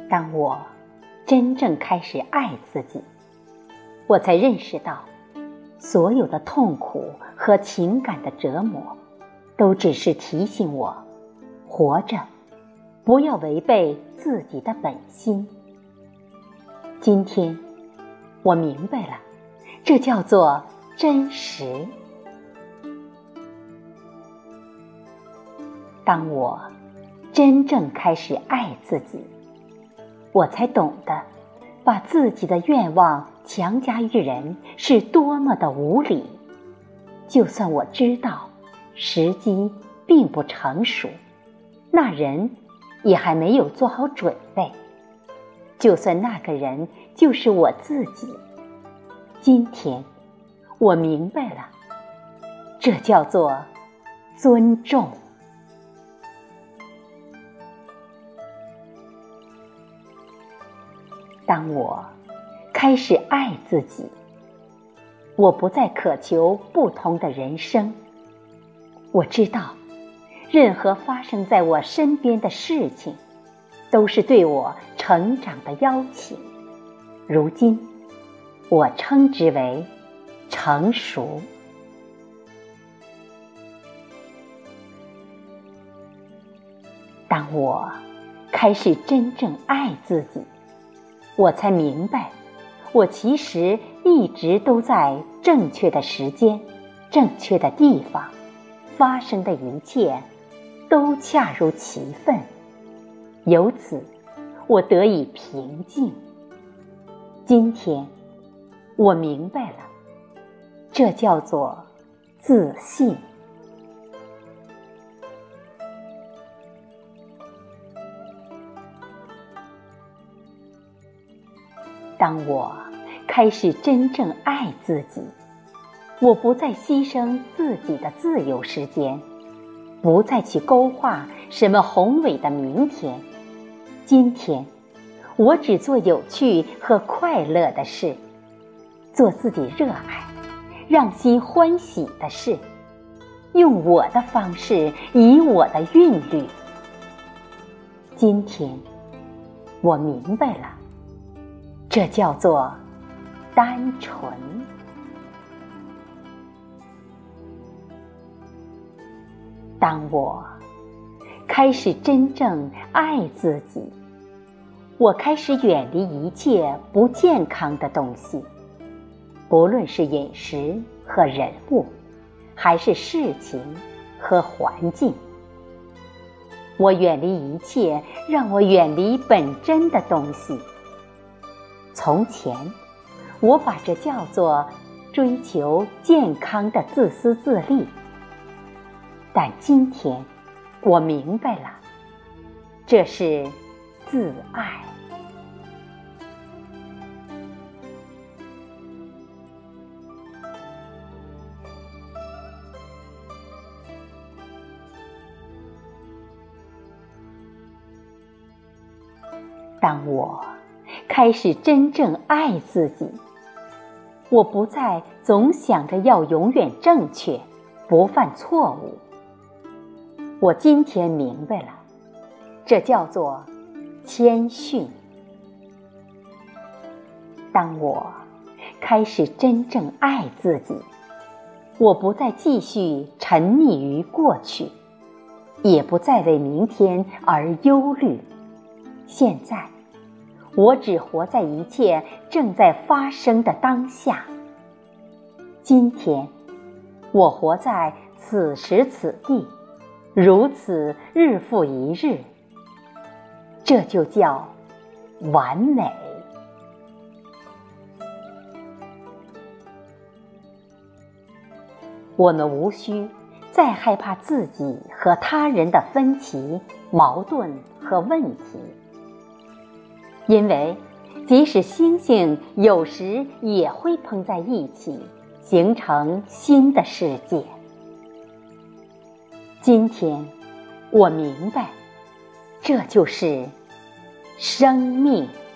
当我真正开始爱自己，我才认识到，所有的痛苦和情感的折磨，都只是提醒我，活着不要违背自己的本心。今天，我明白了，这叫做真实。当我真正开始爱自己，我才懂得把自己的愿望强加于人是多么的无理。就算我知道时机并不成熟，那人也还没有做好准备，就算那个人就是我自己，今天我明白了，这叫做尊重。当我开始爱自己，我不再渴求不同的人生。我知道，任何发生在我身边的事情，都是对我成长的邀请。如今，我称之为成熟。当我开始真正爱自己，我才明白，我其实一直都在正确的时间、正确的地方，发生的一切都恰如其分。由此，我得以平静。今天，我明白了，这叫做自信。当我开始真正爱自己，我不再牺牲自己的自由时间，不再去勾画什么宏伟的明天。今天，我只做有趣和快乐的事，做自己热爱、让心欢喜的事，用我的方式，以我的韵律。今天，我明白了，这叫做单纯。当我开始真正爱自己，我开始远离一切不健康的东西，不论是饮食和人物，还是事情和环境。我远离一切让我远离本真的东西。从前，我把这叫做追求健康的自私自利，但今天我明白了，这是自爱。当我开始真正爱自己，我不再总想着要永远正确，不犯错误。我今天明白了，这叫做谦逊。当我开始真正爱自己，我不再继续沉溺于过去，也不再为明天而忧虑。现在，我只活在一切正在发生的当下。今天，我活在此时此地，如此日复一日，这就叫完美。我们无需再害怕自己和他人的分歧、矛盾和问题，因为即使星星有时也会碰在一起，形成新的世界。今天，我明白，这就是生命。